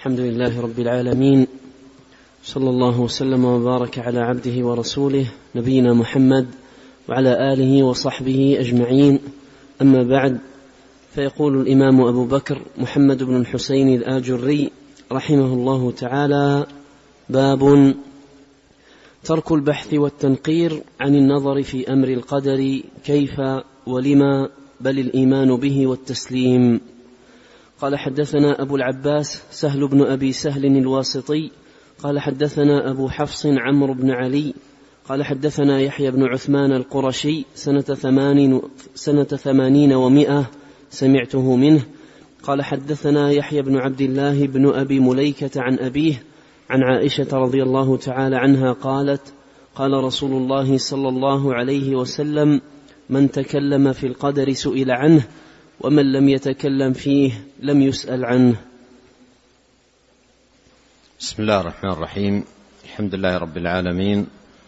الحمد لله رب العالمين، صلى الله وسلم وبارك على عبده ورسوله نبينا محمد وعلى آله وصحبه أجمعين. أما بعد، فيقول الإمام أبو بكر محمد بن الحسين الآجري رحمه الله تعالى: باب ترك البحث والتنقير عن النظر في أمر القدر كيف ولما، بل الإيمان به والتسليم. قال: حدثنا أبو العباس سهل بن أبي سهل الواسطي قال: حدثنا أبو حفص عمرو بن علي قال: حدثنا يحيى بن عثمان القرشي سنة 80 و100 سمعته منه قال: حدثنا يحيى بن عبد الله بن أبي مليكة عن أبيه عن عائشة رضي الله تعالى عنها قالت: قال رسول الله صلى الله عليه وسلم: من تكلم في القدر سئل عنه، ومن لم يتكلم فيه لم يسأل عنه. بسم الله الرحمن الرحيم. الحمد لله رب العالمين،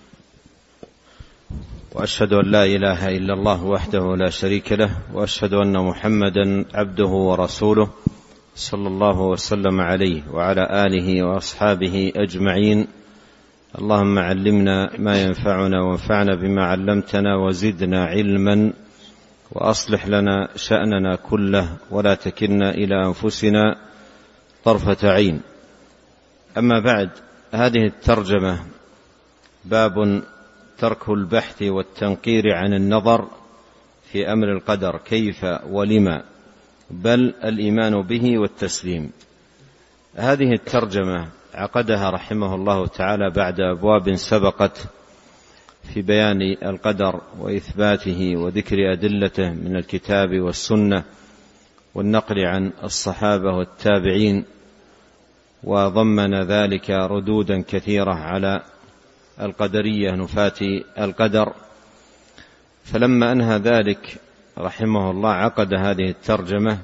وأشهد أن لا إله إلا الله وحده لا شريك له، وأشهد أن محمدا عبده ورسوله صلى الله وسلم عليه وعلى آله وأصحابه أجمعين. اللهم علمنا ما ينفعنا وانفعنا بما علمتنا وزدنا علما، وأصلح لنا شأننا كله ولا تكلنا إلى أنفسنا طرفة عين. أما بعد، هذه الترجمة باب ترك البحث والتنقير عن النظر في أمر القدر كيف ولما، بل الإيمان به والتسليم. هذه الترجمة عقدها رحمه الله تعالى بعد أبواب سبقت في بيان القدر وإثباته وذكر أدلته من الكتاب والسنة والنقل عن الصحابة والتابعين، وضمن ذلك ردودا كثيرة على القدرية نفاة القدر. فلما أنهى ذلك رحمه الله عقد هذه الترجمة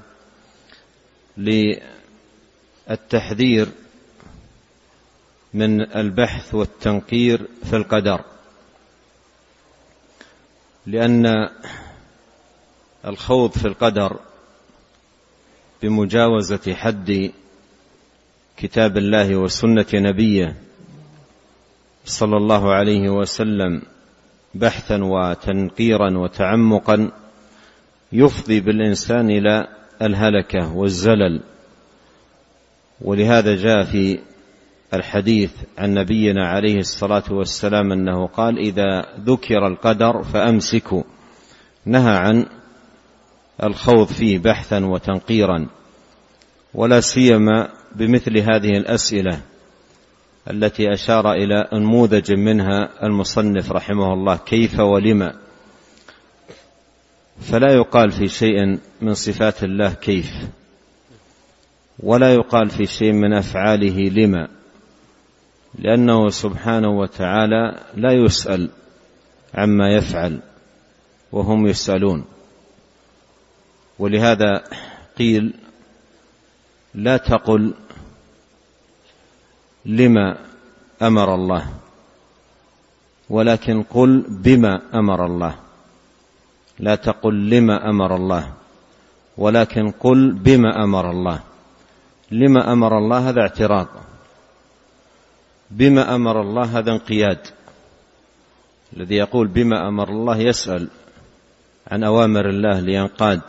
للتحذير من البحث والتنقير في القدر، لأن الخوض في القدر بمجاوزة حد كتاب الله وسنة نبيه صلى الله عليه وسلم بحثا وتنقيرا وتعمقا يفضي بالإنسان إلى الهلكة والزلل. ولهذا جاء في الحديث عن نبينا عليه الصلاة والسلام أنه قال: إذا ذكر القدر فأمسكوا، نهى عن الخوض فيه بحثا وتنقيرا، ولا سيما بمثل هذه الأسئلة التي أشار إلى نموذج منها المصنف رحمه الله: كيف ولما. فلا يقال في شيء من صفات الله كيف، ولا يقال في شيء من أفعاله لما، لأنه سبحانه وتعالى لا يسأل عما يفعل وهم يسألون. ولهذا قيل: لا تقل لما أمر الله، ولكن قل بما أمر الله. لا تقل لما أمر الله، ولكن قل بما أمر الله. لما أمر الله هذا اعتراض، بما أمر الله هذا انقياد. الذي يقول بما أمر الله يسأل عن أوامر الله لينقاد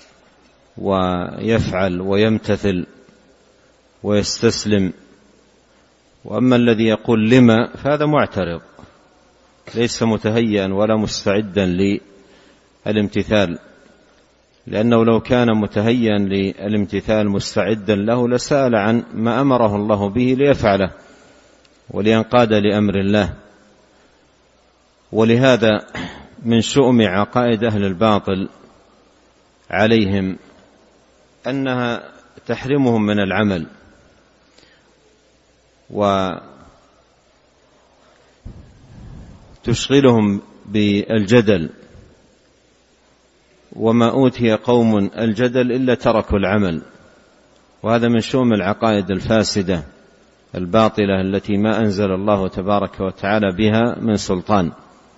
ويفعل ويمتثل ويستسلم. وأما الذي يقول لما فهذا معترض، ليس متهيئا ولا مستعدا للامتثال، لأنه لو كان متهيئا للامتثال مستعدا له لسأل عن ما أمره الله به ليفعله ولينقاد لأمر الله. ولهذا من شؤم عقائد أهل الباطل عليهم أنها تحرمهم من العمل وتشغلهم بالجدل، وما أوتي قوم الجدل إلا تركوا العمل. وهذا من شؤم العقائد الفاسدة الباطلة التي ما أنزل الله تبارك وتعالى بها من سلطان.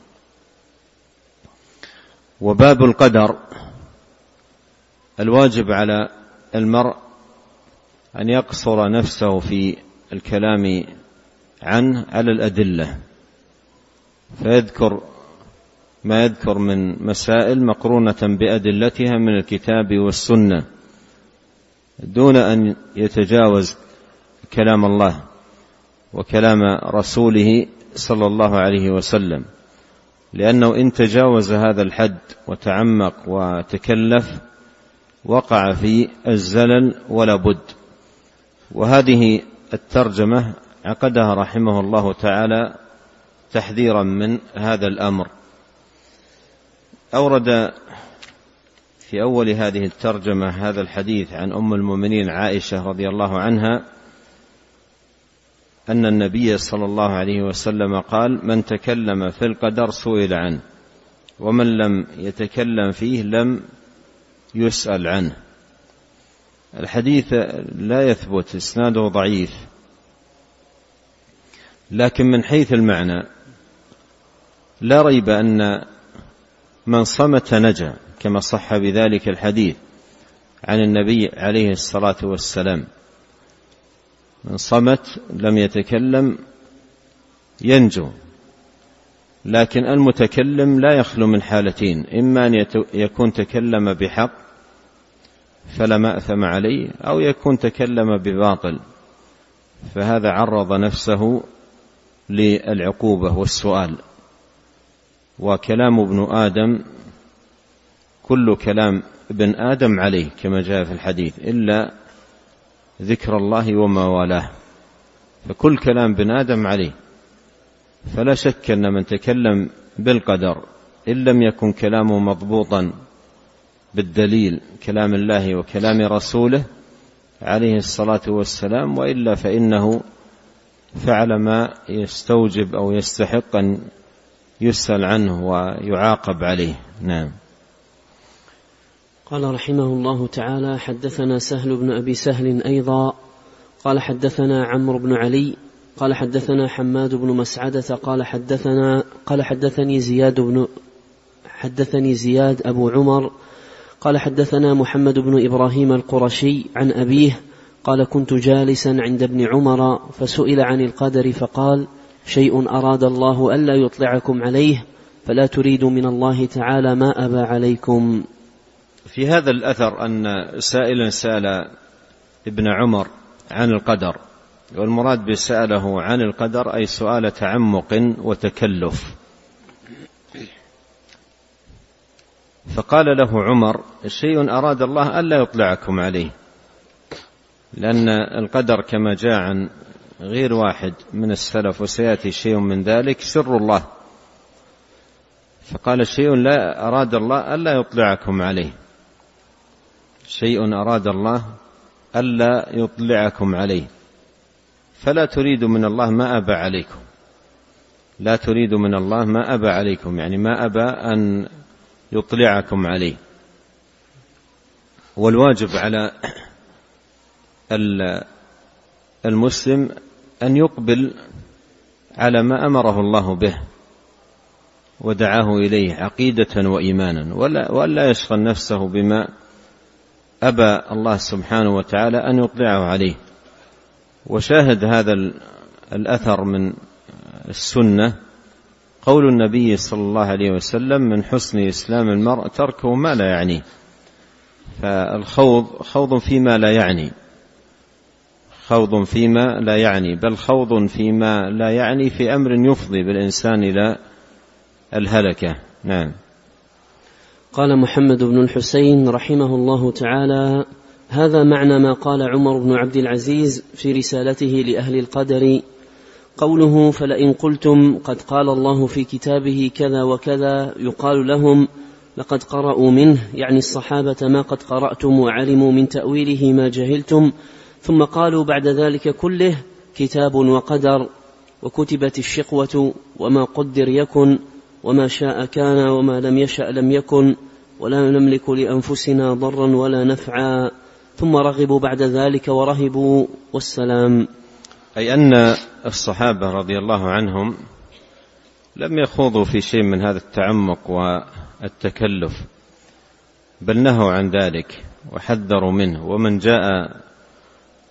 وباب القدر الواجب على المرء أن يقصر نفسه في الكلام عنه على الأدلة، فيذكر ما يذكر من مسائل مقرونة بأدلتها من الكتاب والسنة دون أن يتجاوز كلام الله وكلام رسوله صلى الله عليه وسلم، لأنه إن تجاوز هذا الحد وتعمق وتكلف وقع في الزلل ولا بد. وهذه الترجمة عقدها رحمه الله تعالى تحذيرا من هذا الأمر. أورد في أول هذه الترجمة هذا الحديث عن أم المؤمنين عائشة رضي الله عنها أن النبي صلى الله عليه وسلم قال: من تكلم في القدر سئل عنه، ومن لم يتكلم فيه لم يسأل عنه. الحديث لا يثبت، إسناده ضعيف، لكن من حيث المعنى لا ريب أن من صمت نجا، كما صح بذلك الحديث عن النبي عليه الصلاة والسلام: من صمت لم يتكلم ينجو. لكن المتكلم لا يخلو من حالتين: إما أن يكون تكلم بحق فلا مأثم عليه، أو يكون تكلم بباطل فهذا عرض نفسه للعقوبة والسؤال. وكلام ابن آدم كل كلام ابن آدم عليه كما جاء في الحديث إلا ذكر الله وما والاه، فكل كلام ابن آدم عليه. فلا شك أن من تكلم بالقدر إن لم يكن كلامه مضبوطا بالدليل كلام الله وكلام رسوله عليه الصلاة والسلام، وإلا فإنه فعل ما يستوجب أو يستحق أن يسأل عنه ويعاقب عليه. نعم. قال رحمه الله تعالى: حدثنا سهل بن أبي سهل أيضا قال حدثنا عمرو بن علي قال حدثنا حماد بن مسعدة قال حدثني زياد أبو عمر قال حدثنا محمد بن إبراهيم القرشي عن أبيه قال: كنت جالسا عند ابن عمر فسئل عن القدر فقال: شيء أراد الله ألا يطلعكم عليه فلا تريدوا من الله تعالى ما أبى عليكم. في هذا الأثر أن سائلا سأل ابن عمر عن القدر، والمراد بسأله عن القدر أي سؤال تعمق وتكلف، فقال له عمر: شيء أراد الله ألا يطلعكم عليه، لأن القدر كما جاء عن غير واحد من السلف وسيأتي شيء من ذلك سر الله، فقال: شيء لا أراد الله ألا يطلعكم عليه، شيء أراد الله ألا يطلعكم عليه فلا تريدوا من الله ما أبى عليكم. لا تريدوا من الله ما أبى عليكم، يعني ما أبى أن يطلعكم عليه. والواجب على المسلم أن يقبل على ما أمره الله به ودعاه إليه عقيدة وإيمانا، ولا يشغل نفسه بما أبى الله سبحانه وتعالى أن يطلعه عليه. وشاهد هذا الأثر من السنة قول النبي صلى الله عليه وسلم: من حسن إسلام المرء تركه ما لا يعنيه. فالخوض خوض فيما لا يعني، خوض فيما لا يعني، بل خوض فيما لا يعني في أمر يفضي بالإنسان إلى الهلكة. نعم. قال محمد بن الحسين رحمه الله تعالى: هذا معنى ما قال عمر بن عبد العزيز في رسالته لأهل القدر، قوله: فلئن قلتم قد قال الله في كتابه كذا وكذا يقال لهم لقد قرأوا منه، يعني الصحابة، ما قد قرأتم وعلموا من تأويله ما جهلتم، ثم قالوا بعد ذلك كله: كتاب وقدر، وكتبت الشقوة، وما قدر يكن، وما شاء كان، وما لم يشأ لم يكن، ولا نملك لأنفسنا ضرا ولا نفعا، ثم رغبوا بعد ذلك ورهبوا، والسلام. أي أن الصحابة رضي الله عنهم لم يخوضوا في شيء من هذا التعمق والتكلف، بل نهوا عن ذلك وحذروا منه. ومن جاء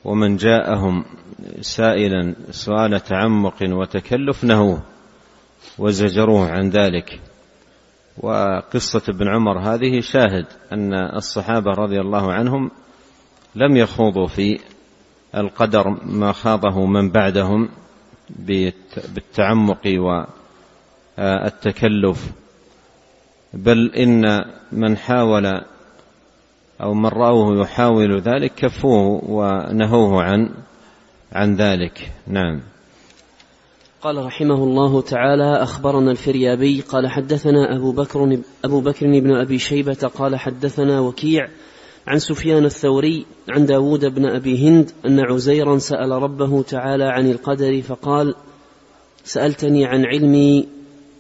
ومن جاءهم سائلا سؤال تعمق وتكلف نهوه وزجروه عن ذلك. وقصة ابن عمر هذه شاهد أن الصحابة رضي الله عنهم لم يخوضوا في القدر ما خاضه من بعدهم بالتعمق والتكلف، بل إن من حاول أو من رأوه يحاول ذلك كفوه ونهوه عن ذلك. نعم. قال رحمه الله تعالى: أخبرنا الفريابي قال حدثنا أبو بكر بن أبي شيبة قال حدثنا وكيع عن سفيان الثوري عن داود بن أبي هند أن عزيرا سأل ربه تعالى عن القدر فقال: سألتني عن علمي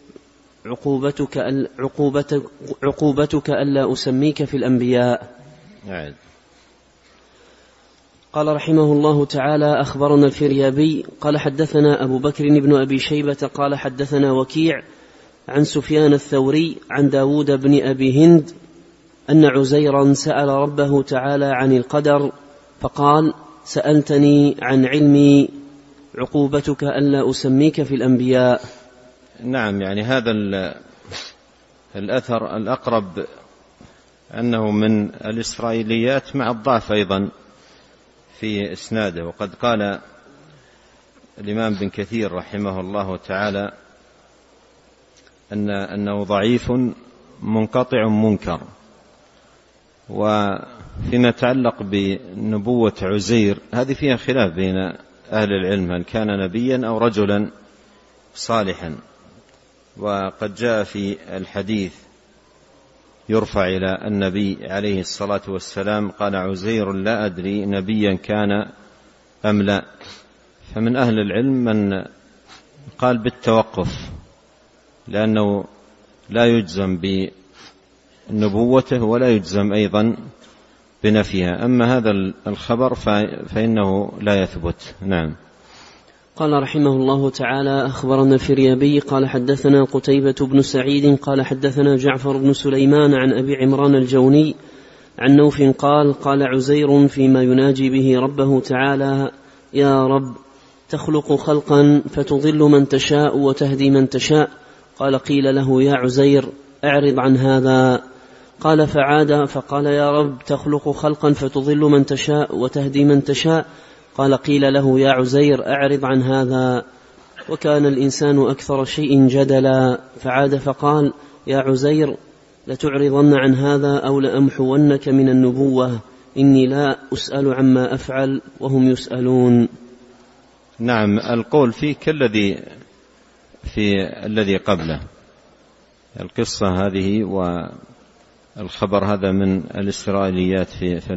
عقوبتك ألا أسميك في الأنبياء. قال رحمه الله تعالى: أخبرنا الفريابي قال حدثنا أبو بكر بن أبي شيبة قال حدثنا وكيع عن سفيان الثوري عن داود بن أبي هند أن عزيرا سأل ربه تعالى عن القدر فقال: سألتني عن علمي عقوبتك ألا أسميك في الأنبياء. نعم، يعني هذا الأثر الأقرب أنه من الإسرائيليات مع الضعف أيضا في إسناده. وقد قال الإمام بن كثير رحمه الله تعالى أنه ضعيف منقطع منكر. وفيما يتعلق بنبوة عزير هذه فيها خلاف بين أهل العلم هل كان نبيا أو رجلا صالحا. وقد جاء في الحديث يرفع إلى النبي عليه الصلاة والسلام قال عزير لا أدري نبيا كان أم لا. فمن أهل العلم من قال بالتوقف لأنه لا يجزم بنبوته ولا يجزم أيضا بنفيها. أما هذا الخبر فإنه لا يثبت. نعم. قال رحمه الله تعالى: أخبرنا الفريابي قال حدثنا قتيبة بن سعيد قال حدثنا جعفر بن سليمان عن أبي عمران الجوني عن نوف قال عزير فيما يناجي به ربه تعالى: يا رب تخلق خلقا فتضل من تشاء وتهدي من تشاء. قال قيل له: يا عزير أعرض عن هذا. قال فعاد فقال: يا رب تخلق خلقا فتضل من تشاء وتهدي من تشاء. قال قيل له: يا عزير أعرض عن هذا. وكان الإنسان أكثر شيء جدلا فعاد فقال: يا عزير لتعرضن عن هذا أو لأمحونك من النبوة إني لا أسأل عما أفعل وهم يسألون. نعم، القول فيه كالذي في الذي قبله. القصة هذه والخبر هذا من الإسرائيليات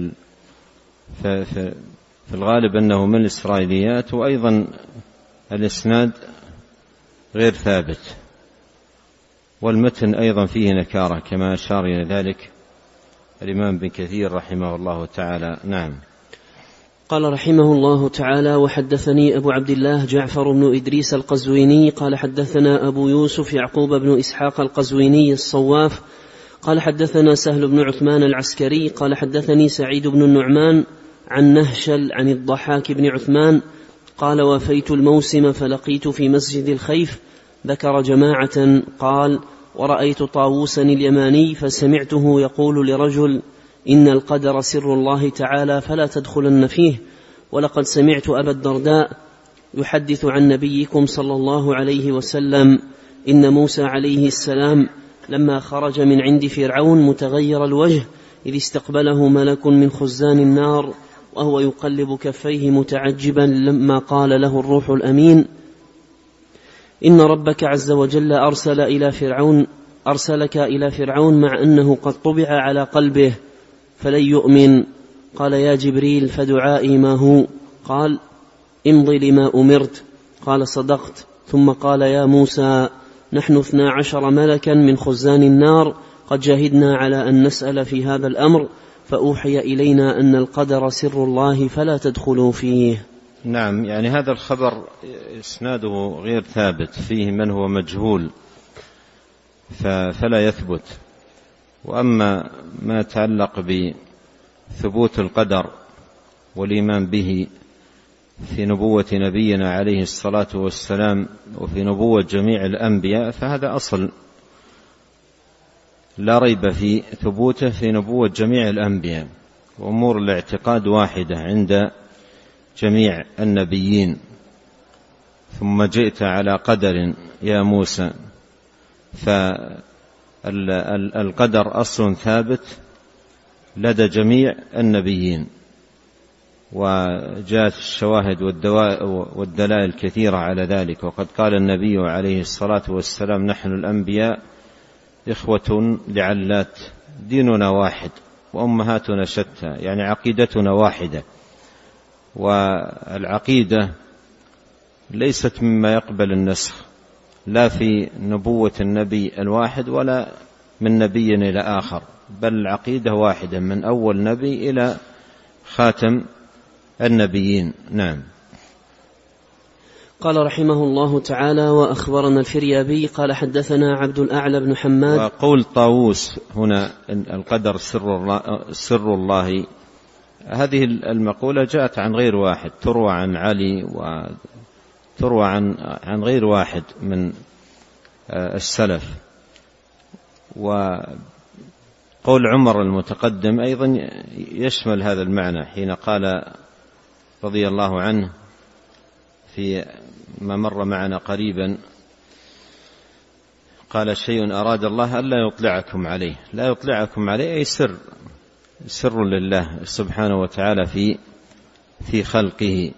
في الغالب أنه من الإسرائيليات، وأيضا الإسناد غير ثابت، والمتن أيضا فيه نكارة كما أشار إلى ذلك الإمام بن كثير رحمه الله تعالى. نعم. قال رحمه الله تعالى: وحدثني أبو عبد الله جعفر بن إدريس القزويني قال حدثنا أبو يوسف يعقوب بن إسحاق القزويني الصواف قال حدثنا سهل بن عثمان العسكري قال حدثني سعيد بن النعمان عن نهشل عن الضحاك بن عثمان قال: وفيت الموسم فلقيت في مسجد الخيف ذكر جماعة قال: ورأيت طاووسا اليماني فسمعته يقول لرجل: إن القدر سر الله تعالى فلا تدخلن فيه. ولقد سمعت أبا الدرداء يحدث عن نبيكم صلى الله عليه وسلم إن موسى عليه السلام لما خرج من عند فرعون متغير الوجه إذ استقبله ملك من خزان النار وهو يقلب كفيه متعجبا لما قال له الروح الأمين: إن ربك عز وجل أرسلك إلى فرعون مع أنه قد طبع على قلبه فلن يؤمن. قال: يا جبريل فدعائي ما هو؟ قال: امضي لما أمرت. قال: صدقت. ثم قال: يا موسى نحن 12 ملكا من خزان النار قد جاهدنا على أن نسأل في هذا الأمر فأوحي إلينا أن القدر سر الله فلا تدخلوا فيه. نعم، يعني هذا الخبر إسناده غير ثابت، فيه من هو مجهول فلا يثبت. وأما ما يتعلق بثبوت القدر والإيمان به في نبوة نبينا عليه الصلاة والسلام وفي نبوة جميع الأنبياء، فهذا أصل لا ريب في ثبوته في نبوة جميع الأنبياء، وأمور الاعتقاد واحدة عند جميع النبيين. ثم جئت على قدر يا موسى، فالقدر أصل ثابت لدى جميع النبيين، وجاءت الشواهد والدلائل كثيرة على ذلك. وقد قال النبي عليه الصلاة والسلام: نحن الأنبياء إخوة لعلات، ديننا واحد وأمهاتنا شتى، يعني عقيدتنا واحدة. والعقيدة ليست مما يقبل النسخ، لا في نبوة النبي الواحد ولا من نبي إلى آخر، بل العقيدة واحدة من أول نبي إلى خاتم النبيين. نعم. قال رحمه الله تعالى: وأخبرنا الفريابي قال حدثنا عبد الأعلى بن حماد. وقول طاووس هنا القدر سر الله، هذه المقولة جاءت عن غير واحد، تروى عن علي وتروى عن غير واحد من السلف. وقول عمر المتقدم أيضا يشمل هذا المعنى، حين قال رضي الله عنه في ما مر معنا قريبا، قال: شيء أراد الله ألا يطلعكم عليه. لا يطلعكم عليه أي سر لله سبحانه وتعالى في خلقه.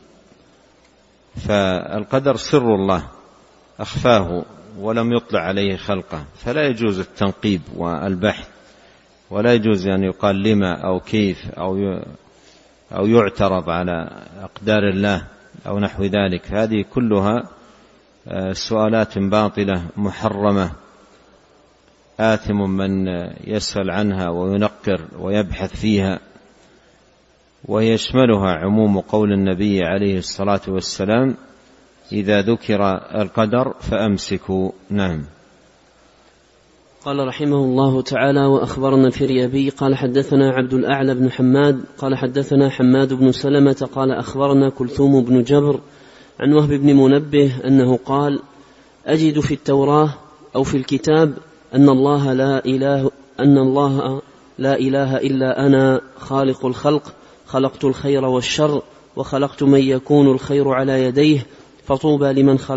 فالقدر سر الله أخفاه ولم يطلع عليه خلقه، فلا يجوز التنقيب والبحث، ولا يجوز أن يقال لما أو كيف أو يعترض على أقدار الله أو نحو ذلك. هذه كلها سؤالات باطلة محرمة، آثم من يسأل عنها وينقر ويبحث فيها. ويشملها عموم قول النبي عليه الصلاة والسلام: إذا ذكر القدر فأمسكوا. نعم. قال رحمه الله تعالى: وأخبرنا الفريابي قال حدثنا عبد الأعلى بن حماد قال حدثنا حماد بن سلمة قال أخبرنا كلثوم بن جبر عن وهب بن منبه أنه قال: أجد في التوراة أو في الكتاب أن الله لا إله إلا أنا خالق الخلق، خلقت الخير والشر، وخلقت من يكون الخير على يديه، فطوبى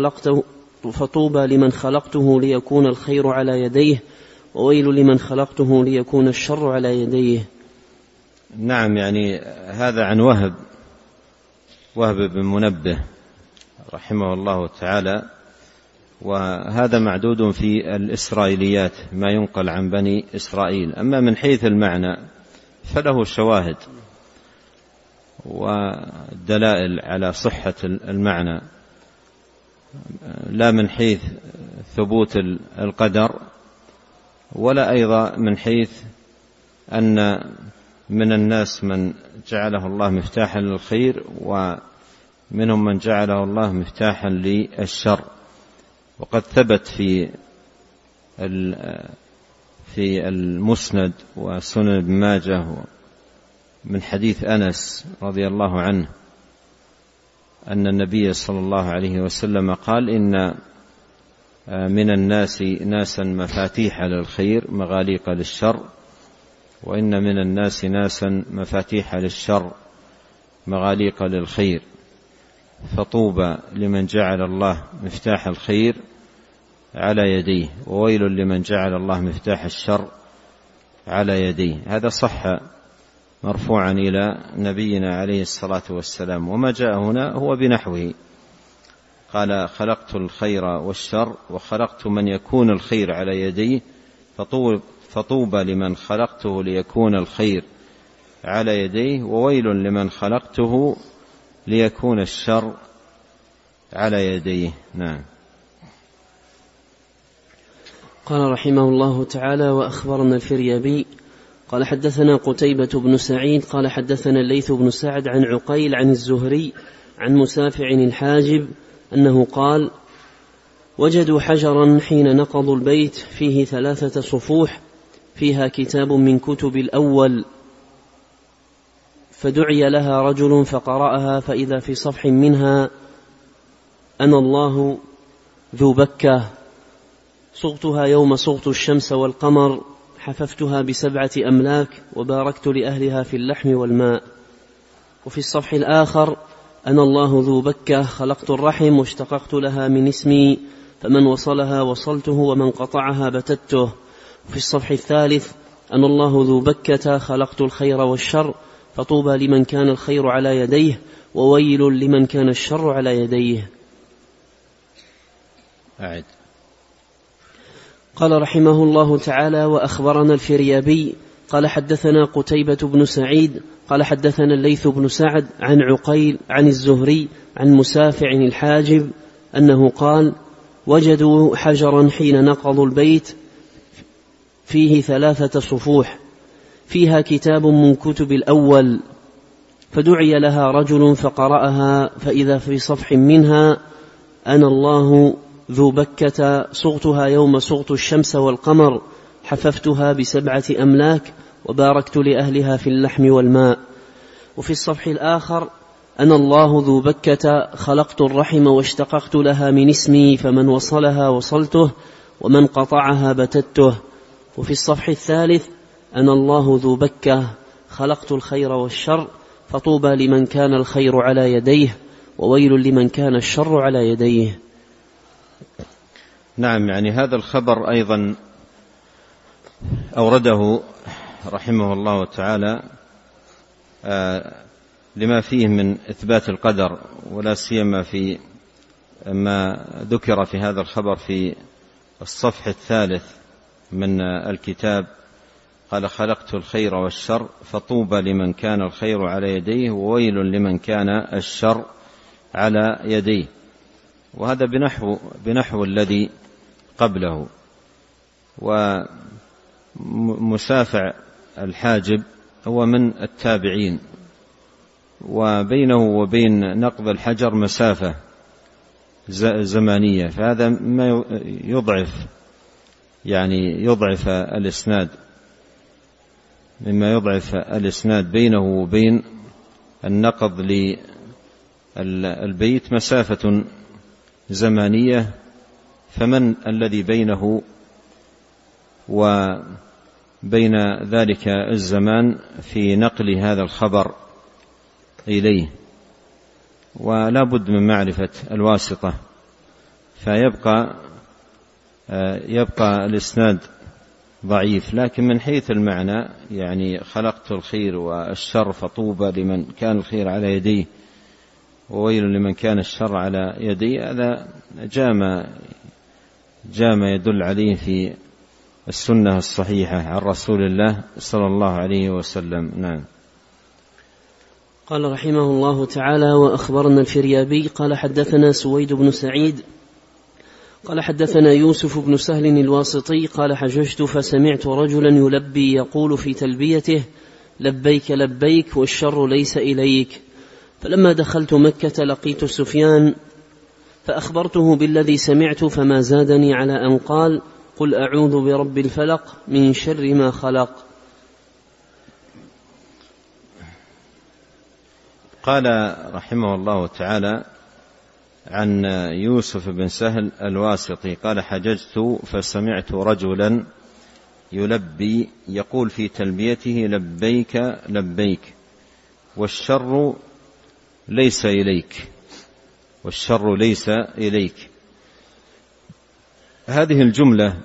لمن خلقته ليكون الخير على يديه، وويل لمن خلقته ليكون الشر على يديه. نعم، يعني هذا عن وهب بن منبه رحمه الله تعالى، وهذا معدود في الإسرائيليات ما ينقل عن بني إسرائيل. أما من حيث المعنى فله شواهد ودلائل على صحة المعنى، لا من حيث ثبوت القدر، ولا أيضا من حيث أن من الناس من جعله الله مفتاحا للخير ومنهم من جعله الله مفتاحا للشر. وقد ثبت في المسند وسنن ابن ماجه من حديث أنس رضي الله عنه أن النبي صلى الله عليه وسلم قال: إن من الناس ناسا مفاتيح للخير مغاليق للشر، وإن من الناس ناسا مفاتيح للشر مغاليق للخير، فطوبى لمن جعل الله مفتاح الخير على يديه، وويل لمن جعل الله مفتاح الشر على يديه. هذا صح مرفوعا إلى نبينا عليه الصلاة والسلام. وما جاء هنا هو بنحوه، قال: خلقت الخير والشر، وخلقت من يكون الخير على يديه، فطوبى لمن خلقته ليكون الخير على يديه، وويل لمن خلقته ليكون الشر على يديه. نعم. قال رحمه الله تعالى: وأخبرنا الفريابي قال حدثنا قتيبة بن سعيد قال حدثنا الليث بن سعد عن عقيل عن الزهري عن مسافع الحاجب أنه قال: وجدوا حجرا حين نقضوا البيت فيه 3 صفوح فيها كتاب من كتب الأول، فدعي لها رجل فقرأها فإذا في صفح منها: أنا الله ذو بكة، صغتها يوم صغت الشمس والقمر، حففتها ب7 أملاك، وباركت لأهلها في اللحم والماء. وفي الصفح الآخر: أنا الله ذو بكة، خلقت الرحم واشتققت لها من اسمي، فمن وصلها وصلته ومن قطعها بتته. وفي الصفح الثالث: أنا الله ذو بكة، خلقت الخير والشر، فطوبى لمن كان الخير على يديه، وويل لمن كان الشر على يديه. أعد. قال رحمه الله تعالى: وأخبرنا الفريابي قال حدثنا قتيبة بن سعيد قال حدثنا الليث بن سعد عن عقيل عن الزهري عن مسافع الحاجب أنه قال: وجدوا حجرا حين نقضوا البيت فيه 3 صفوح فيها كتاب من كتب الأول، فدعي لها رجل فقرأها فإذا في صفح منها: أنا الله ذو بكة، صغتها يوم صغت الشمس والقمر، حففتها ب7 أملاك، وباركت لأهلها في اللحم والماء. وفي الصفح الآخر: أنا الله ذو بكة، خلقت الرحم واشتققت لها من اسمي، فمن وصلها وصلته ومن قطعها بتته. وفي الصفح الثالث: أنا الله ذو بكة، خلقت الخير والشر، فطوبى لمن كان الخير على يديه، وويل لمن كان الشر على يديه. نعم، يعني هذا الخبر أيضا أورده رحمه الله تعالى لما فيه من إثبات القدر، ولا سيما في ما ذكر في هذا الخبر في الصفح الثالث من الكتاب. قال: خلقت الخير والشر، فطوبى لمن كان الخير على يديه، وويل لمن كان الشر على يديه. وهذا بنحو الذي قبله. ومسافع الحاجب هو من التابعين، وبينه وبين نقض الحجر مسافة زمانية، فهذا ما يضعف الإسناد، مما يضعف الإسناد. بينه وبين النقض للبيت مسافة زمانية، فمن الذي بينه وبين ذلك الزمان في نقل هذا الخبر إليه؟ ولا بد من معرفة الواسطة، فيبقى الإسناد ضعيف. لكن من حيث المعنى، يعني خلقت الخير والشر، فطوبى لمن كان الخير على يديه، وويل لمن كان الشر على يديه، هذا جاء ما يدل عليه في السنة الصحيحة عن رسول الله صلى الله عليه وسلم. نعم. قال رحمه الله تعالى: وأخبرنا الفريابي قال حدثنا سويد بن سعيد قال حدثنا يوسف بن سهل الواسطي قال: حججت فسمعت رجلا يلبي يقول في تلبيته: لبيك لبيك والشر ليس إليك. فلما دخلت مكة لقيت سفيان فأخبرته بالذي سمعت، فما زادني على أن قال: قل أعوذ برب الفلق من شر ما خلق. قال رحمه الله تعالى عن يوسف بن سهل الواسطي قال: حججت فسمعت رجلا يلبي يقول في تلبيته: لبيك لبيك والشر ليس إليك، والشر ليس إليك. هذه الجملة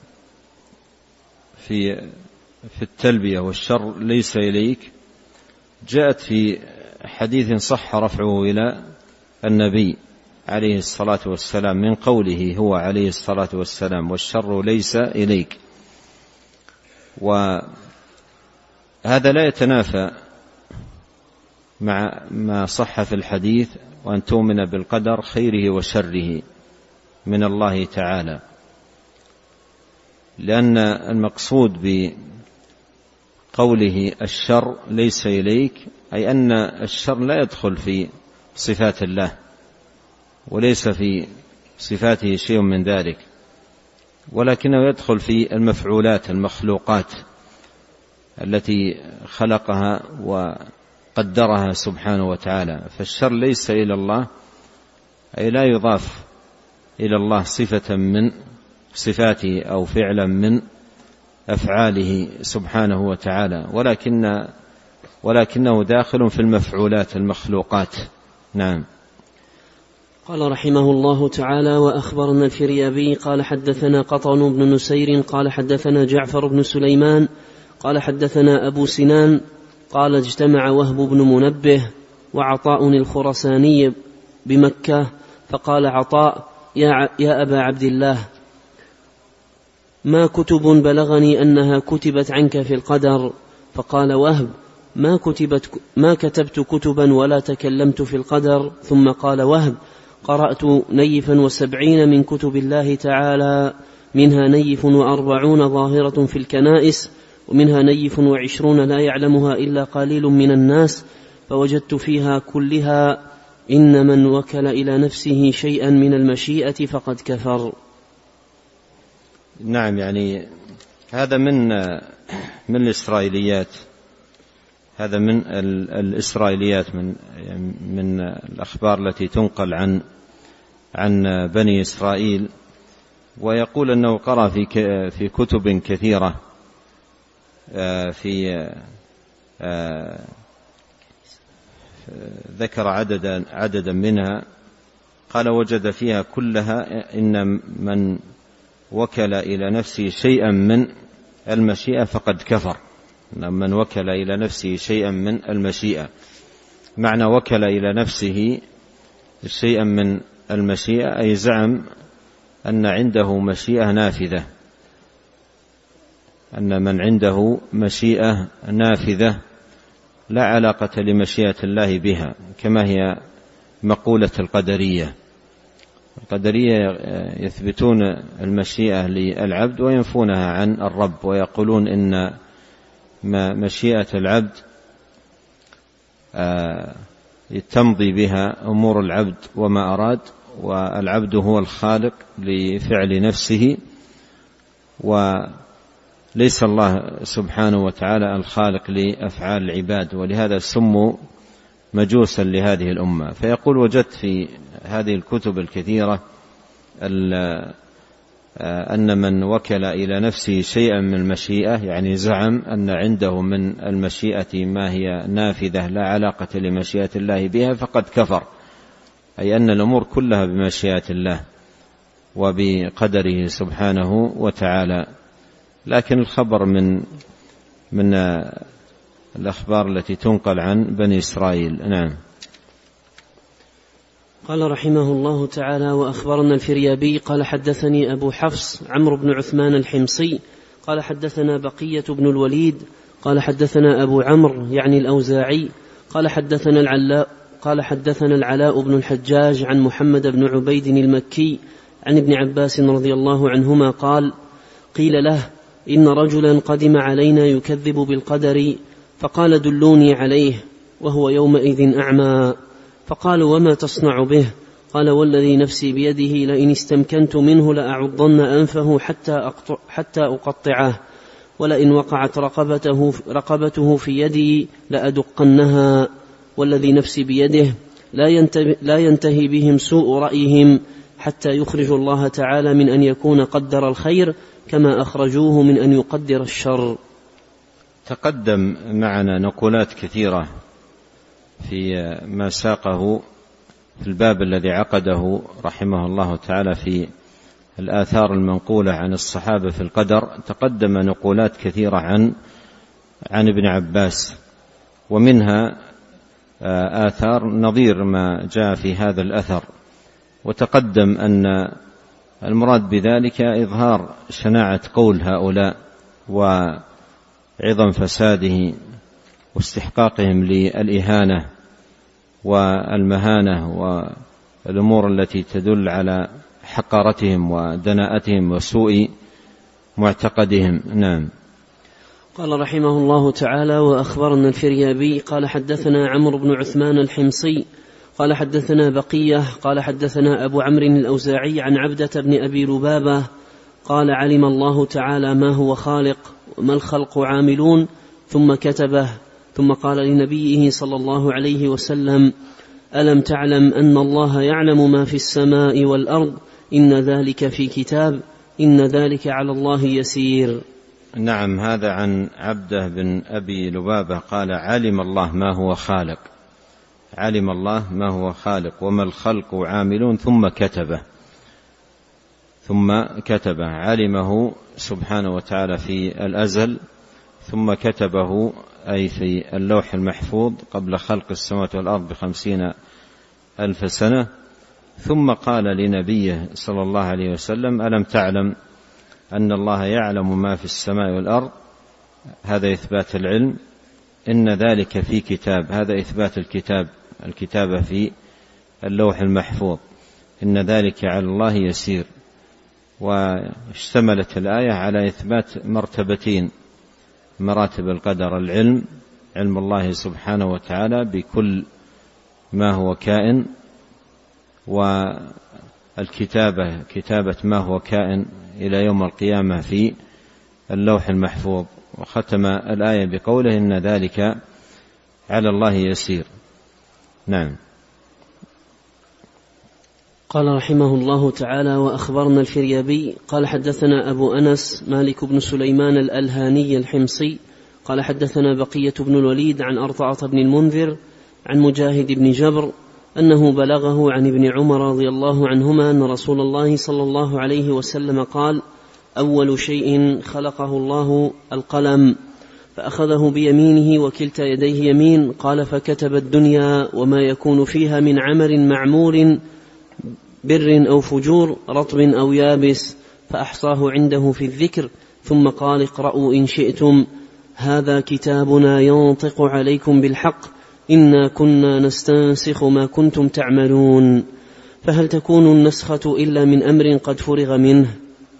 في التلبية والشر ليس إليك جاءت في حديث صح رفعه إلى النبي عليه الصلاة والسلام من قوله هو عليه الصلاة والسلام: والشر ليس إليك. وهذا لا يتنافى مع ما صح في الحديث: وأن تؤمن بالقدر خيره وشره من الله تعالى، لأن المقصود بقوله الشر ليس إليك أي أن الشر لا يدخل في صفات الله، وليس في صفاته شيء من ذلك، ولكنه يدخل في المفعولات المخلوقات التي خلقها قدرها سبحانه وتعالى. فالشر ليس إلى الله، أي لا يضاف إلى الله صفة من صفاته أو فعلا من أفعاله سبحانه وتعالى، ولكنه داخل في المفعولات المخلوقات. نعم. قال رحمه الله تعالى: وأخبرنا الفريابي قال حدثنا قطن بن نسير قال حدثنا جعفر بن سليمان قال حدثنا أبو سنان قال اجتمع وهب بن منبه وعطاء الخرساني بمكة، فقال عطاء: يا أبا عبد الله، ما كتب بلغني أنها كتبت عنك في القدر؟ فقال وهب: ما كتبت كتبا ولا تكلمت في القدر. ثم قال وهب: قرأت نيفا 70 من كتب الله تعالى، منها نيف 40 ظاهرة في الكنائس، ومنها نيف 20 لا يعلمها إلا قليل من الناس، فوجدت فيها كلها إن من وكل إلى نفسه شيئا من المشيئة فقد كفر. نعم، يعني هذا من الإسرائيليات، هذا من الإسرائيليات من الأخبار التي تنقل عن بني إسرائيل. ويقول أنه قرأ في كتب كثيرة، ذكر عددا منها، قال وجد فيها كلها إن من وكل إلى نفسه شيئا من المشيئة فقد كفر. من وكل إلى نفسه شيئا من المشيئة، معنى وكل إلى نفسه شيئا من المشيئة أي زعم أن عنده مشيئة نافذة، أن من عنده مشيئة نافذة لا علاقة لمشيئة الله بها، كما هي مقولة القدرية. القدرية يثبتون المشيئة للعبد وينفونها عن الرب، ويقولون إن مشيئة العبد تمضي بها أمور العبد وما أراد، والعبد هو الخالق لفعل نفسه، وليس الله سبحانه وتعالى الخالق لأفعال العباد، ولهذا سموا مجوسا لهذه الأمة. فيقول وجدت في هذه الكتب الكثيرة أن من وكل إلى نفسه شيئا من المشيئة، يعني زعم أن عنده من المشيئة ما هي نافذة لا علاقة لمشيئة الله بها فقد كفر، أي أن الأمور كلها بمشيئة الله وبقدره سبحانه وتعالى. لكن الخبر من الأخبار التي تنقل عن بني إسرائيل. نعم. قال رحمه الله تعالى: وأخبرنا الفريابي قال حدثني أبو حفص عمرو بن عثمان الحمصي قال حدثنا بقية بن الوليد قال حدثنا أبو عمرو يعني الأوزاعي قال حدثنا العلاء بن الحجاج عن محمد بن عبيد المكي عن ابن عباس رضي الله عنهما قال: قيل له: إن رجلا قدم علينا يكذب بالقدر، فقال: دلوني عليه، وهو يومئذ أعمى. فقالوا: وما تصنع به؟ قال: والذي نفسي بيده لئن استمكنت منه لأعضن أنفه حتى أقطعه، ولئن وقعت رقبته في يدي لأدقنها، والذي نفسي بيده لا ينتهي بهم سوء رأيهم حتى يخرج الله تعالى من أن يكون قدر الخير كما أخرجوه من أن يقدر الشر. تقدم معنا نقولات كثيرة في ما ساقه في الباب الذي عقده رحمه الله تعالى في الآثار المنقولة عن الصحابة في القدر. تقدم نقولات كثيرة عن ابن عباس، ومنها آثار نظير ما جاء في هذا الأثر. وتقدم أن المراد بذلك إظهار شناعة قول هؤلاء وعظم فساده واستحقاقهم للإهانة والمهانة والأمور التي تدل على حقارتهم ودناءتهم وسوء معتقدهم. نعم. قال رحمه الله تعالى: وأخبرنا الفريابي قال حدثنا عمرو بن عثمان الحمصي قال حدثنا بقية قال حدثنا أبو عمرو الأوزاعي عن عبدة بن أبي لبابة قال: علم الله تعالى ما هو خالق وما الخلق عاملون، ثم كتبه: ثم قال لنبيه صلى الله عليه وسلم: ألم تعلم أن الله يعلم ما في السماء والأرض؟ إن ذلك في كتاب، إن ذلك على الله يسير. نعم، هذا عن عبده بن أبي لبابة قال: علم الله ما هو خالق، علم الله ما هو خالق وما الخلق عاملون ثم كتبه علمه سبحانه وتعالى في الأزل، ثم كتبه أي في اللوح المحفوظ قبل خلق السماوات والأرض 50,000 سنة. ثم قال لنبيه صلى الله عليه وسلم: ألم تعلم أن الله يعلم ما في السماء والأرض؟ هذا إثبات العلم. إن ذلك في كتاب، هذا إثبات الكتابة في اللوح المحفوظ. إن ذلك على الله يسير. واشتملت الآية على إثبات مرتبتين، مراتب القدر: العلم، علم الله سبحانه وتعالى بكل ما هو كائن، والكتابة، كتابة ما هو كائن إلى يوم القيامة في اللوح المحفوظ. وختم الآية بقوله: إن ذلك على الله يسير. نعم. قال رحمه الله تعالى: وأخبرنا الفريابي قال حدثنا أبو أنس مالك بن سليمان الألهاني الحمصي قال حدثنا بقية بن الوليد عن أرطعة بن المنذر عن مجاهد بن جبر أنه بلغه عن ابن عمر رضي الله عنهما أن رسول الله صلى الله عليه وسلم قال: أول شيء خلقه الله القلم، فأخذه بيمينه وكلتا يديه يمين، قال: فكتب الدنيا وما يكون فيها من عمل معمول، بر أو فجور، رطب أو يابس، فأحصاه عنده في الذكر، ثم قال: اقرأوا إن شئتم، هذا كتابنا ينطق عليكم بالحق، إنا كنا نستنسخ ما كنتم تعملون، فهل تكون النسخة إلا من أمر قد فرغ منه؟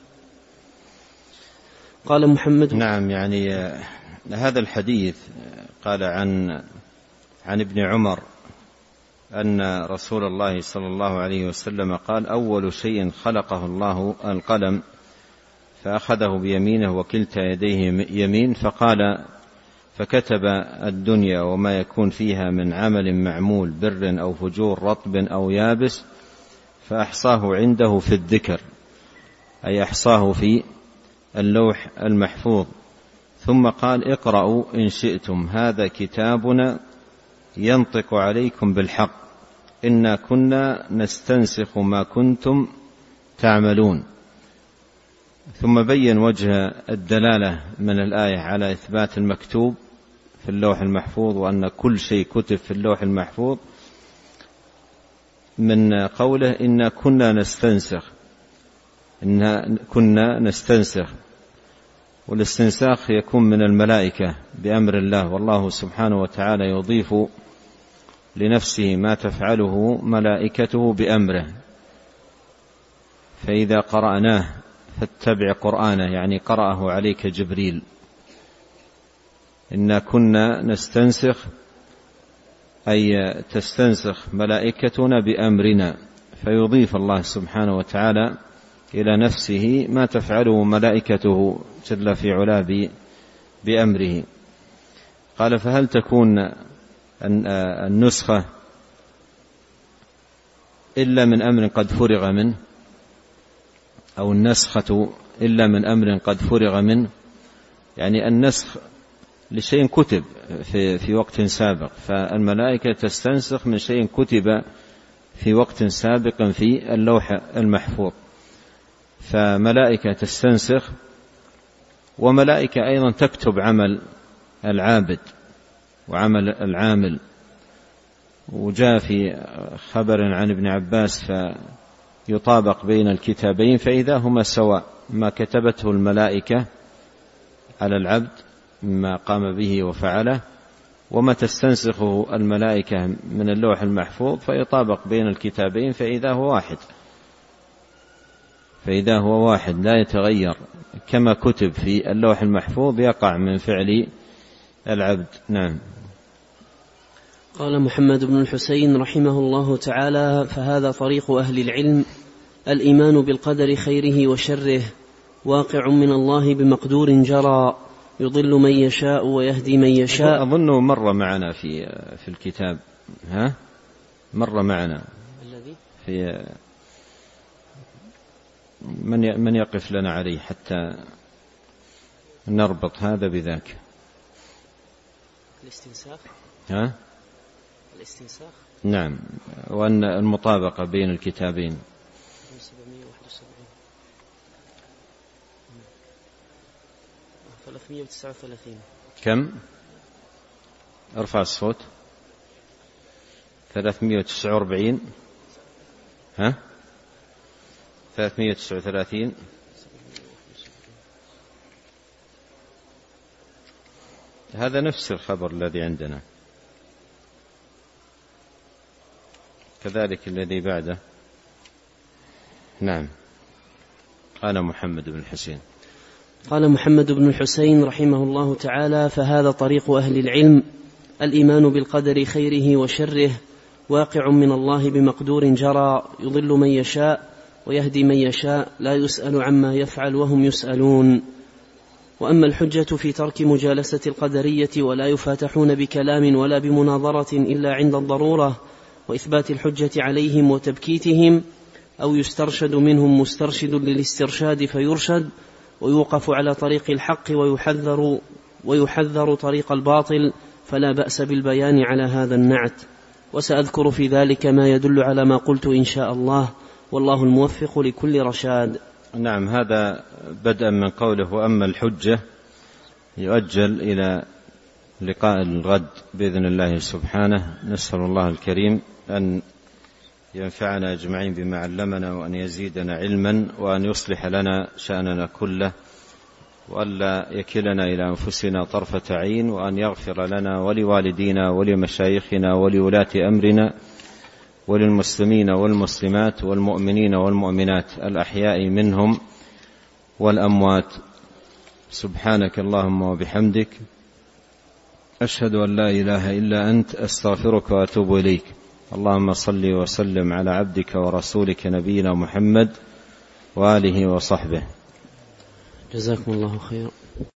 قال محمد. نعم، يعني هذا الحديث قال عن ابن عمر أن رسول الله صلى الله عليه وسلم قال: أول شيء خلقه الله القلم، فأخذه بيمينه وكلتا يديه يمين، فقال: فكتب الدنيا وما يكون فيها من عمل معمول، بر أو فجور، رطب أو يابس، فأحصاه عنده في الذكر، أي أحصاه في اللوح المحفوظ. ثم قال: اقرأوا إن شئتم، هذا كتابنا ينطق عليكم بالحق، إنا كنا نستنسخ ما كنتم تعملون. ثم بين وجه الدلالة من الآية على إثبات المكتوب في اللوح المحفوظ، وأن كل شيء كتب في اللوح المحفوظ، من قوله: إنا كنا نستنسخ، والاستنساخ يكون من الملائكة بأمر الله، والله سبحانه وتعالى يضيف لنفسه ما تفعله ملائكته بأمره، فإذا قرأناه فاتبع قرآنه، يعني قرأه عليك جبريل. إنا كنا نستنسخ أي تستنسخ ملائكتنا بأمرنا، فيضيف الله سبحانه وتعالى إلى نفسه ما تفعله ملائكته جل في علاه بأمره. قال: فهل تكون النسخة إلا من أمر قد فرغ منه، أو النسخة إلا من أمر قد فرغ منه؟ يعني النسخ لشيء كتب في وقت سابق، فالملائكة تستنسخ من شيء كتب في وقت سابق في اللوح المحفوظ، فملائكة تستنسخ، وملائكة أيضا تكتب عمل العابد وعمل العامل. وجاء في خبر عن ابن عباس: فيطابق بين الكتابين فإذا هما سواء، ما كتبته الملائكة على العبد ما قام به وفعله، وما تستنسخه الملائكة من اللوح المحفوظ، فيطابق بين الكتابين فإذا هو واحد لا يتغير، كما كتب في اللوح المحفوظ يقع من فعل العبد. نعم. قال محمد بن الحسين رحمه الله تعالى: فهذا طريق أهل العلم، الإيمان بالقدر خيره وشره، واقع من الله بمقدور جرى، يضل من يشاء ويهدي من يشاء. أظنه مر معنا في الكتاب، مر معنا في من يقف لنا عليه حتى نربط هذا بذاك. الاستنساخ. الاستنساخ. نعم، وأن المطابقة بين الكتابين. 339. كم؟ ارفع الصوت. 349. 339. هذا نفس الخبر الذي عندنا، كذلك الذي بعده. نعم. قال محمد بن الحسين. قال محمد بن الحسين رحمه الله تعالى: فهذا طريق أهل العلم، الإيمان بالقدر خيره وشره، واقع من الله بمقدور جرى، يضل من يشاء ويهدي من يشاء، لا يسأل عما يفعل وهم يسألون. وأما الحجة في ترك مجالسة القدرية ولا يفاتحون بكلام ولا بمناظرة إلا عند الضرورة، وإثبات الحجة عليهم وتبكيتهم، أو يسترشد منهم مسترشد للاسترشاد فيرشد، ويوقف على طريق الحق ويحذر طريق الباطل، فلا بأس بالبيان على هذا النعت. وسأذكر في ذلك ما يدل على ما قلت إن شاء الله، والله الموفق لكل رشاد. نعم، هذا بدءا من قوله: وأما الحجة، يؤجل إلى لقاء الغد بإذن الله سبحانه. نسأل الله الكريم أن ينفعنا أجمعين بما علمنا، وأن يزيدنا علما، وأن يصلح لنا شأننا كله، وألا يكلنا إلى أنفسنا طرفة عين، وأن يغفر لنا ولوالدينا ولمشايخنا ولولاة أمرنا وللمسلمين والمسلمات والمؤمنين والمؤمنات الأحياء منهم والأموات. سبحانك اللهم وبحمدك، أشهد أن لا إله إلا أنت، أستغفرك وأتوب إليك. اللهم صل وسلم على عبدك ورسولك نبينا محمد وآله وصحبه. جزاكم الله خيرا.